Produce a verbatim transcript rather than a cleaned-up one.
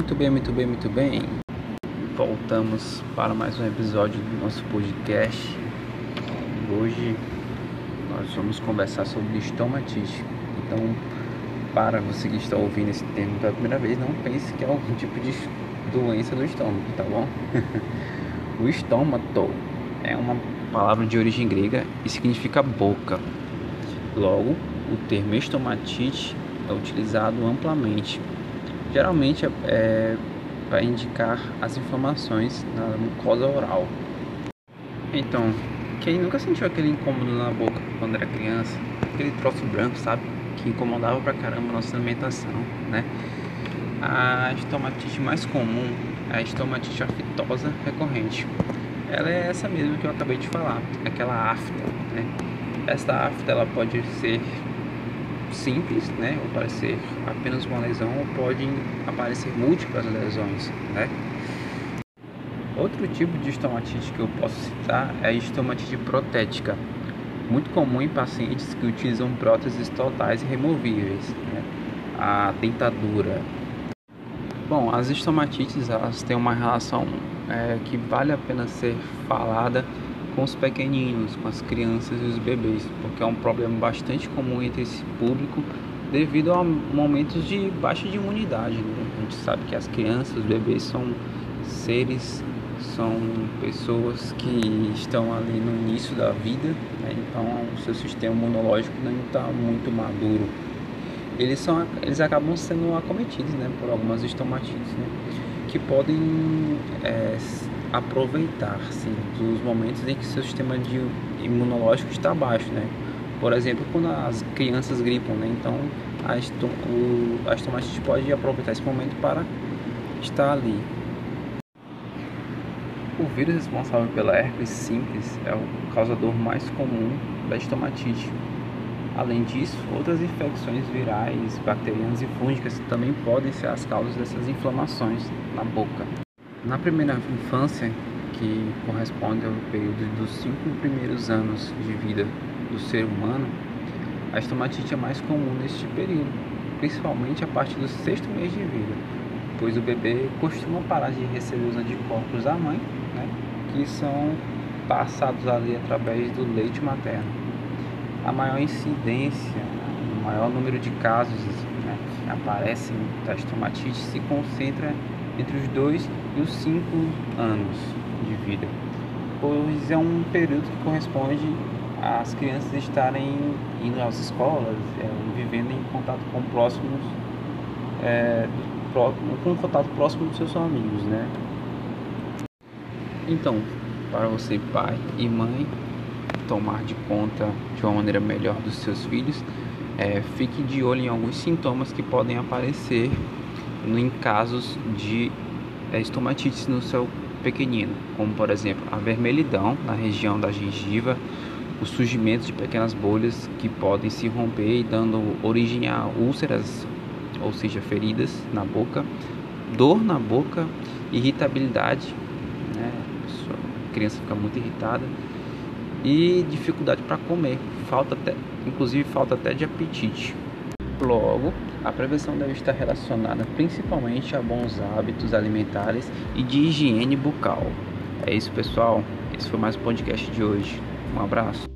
Muito bem, muito bem, muito bem. Voltamos para mais um episódio do nosso podcast. Hoje nós vamos conversar sobre estomatite. Então, para você que está ouvindo esse termo pela primeira vez, não pense que é algum tipo de doença do estômago, tá bom? O estômato é uma palavra de origem grega e significa boca. Logo, o termo estomatite é utilizado amplamente. Geralmente é para indicar as inflamações na mucosa oral. Então, quem nunca sentiu aquele incômodo na boca quando era criança? Aquele troço branco, sabe? Que incomodava pra caramba a nossa alimentação, né? A estomatite mais comum é a estomatite aftosa recorrente. Ela é essa mesmo que eu acabei de falar, aquela afta, né? Essa afta ela pode ser simples, né, ou pode ser apenas uma lesão, ou podem aparecer múltiplas lesões, né? Outro tipo de estomatite que eu posso citar é a estomatite protética, muito comum em pacientes que utilizam próteses totais e removíveis, né? A dentadura. Bom, as estomatites elas têm uma relação é, que vale a pena ser falada com os pequeninos, com as crianças e os bebês, porque é um problema bastante comum entre esse público devido a momentos de baixa de imunidade, né? A gente sabe que as crianças, os bebês são seres, são pessoas que estão ali no início da vida, né? Então o seu sistema imunológico não está muito maduro. Eles, são, eles acabam sendo acometidos, né, por algumas estomatites, né, que podem é, aproveitar sim, dos momentos em que seu sistema de imunológico está baixo, né? Por exemplo, quando as crianças gripam, né? Então a, estom o, a estomatite pode aproveitar esse momento para estar ali. O vírus responsável pela herpes simples é o causador mais comum da estomatite. Além disso, outras infecções virais, bacterianas e fúngicas também podem ser as causas dessas inflamações na boca. Na primeira infância, que corresponde ao período dos cinco primeiros anos de vida do ser humano, a estomatite é mais comum neste período, principalmente a partir do sexto mês de vida, pois o bebê costuma parar de receber os anticorpos da mãe, né, que são passados ali através do leite materno. A maior incidência, o maior número de casos, né, que aparecem da estomatite se concentra entre os dois e os cinco anos de vida, pois é um período que corresponde às crianças estarem indo às escolas, é, vivendo em contato com próximos, é, com contato próximo dos seus amigos, né? Então, para você pai e mãe tomar de conta de uma maneira melhor dos seus filhos, é, fique de olho em alguns sintomas que podem aparecer em casos de é, estomatite no seu pequenino, como por exemplo a vermelhidão na região da gengiva, o surgimento de pequenas bolhas que podem se romper e dando origem a úlceras, ou seja, feridas na boca, dor na boca, irritabilidade, né? A criança fica muito irritada e dificuldade para comer, falta até, inclusive falta até de apetite. Logo, a prevenção deve estar relacionada principalmente a bons hábitos alimentares e de higiene bucal. É isso, pessoal. Esse foi mais um podcast de hoje. Um abraço.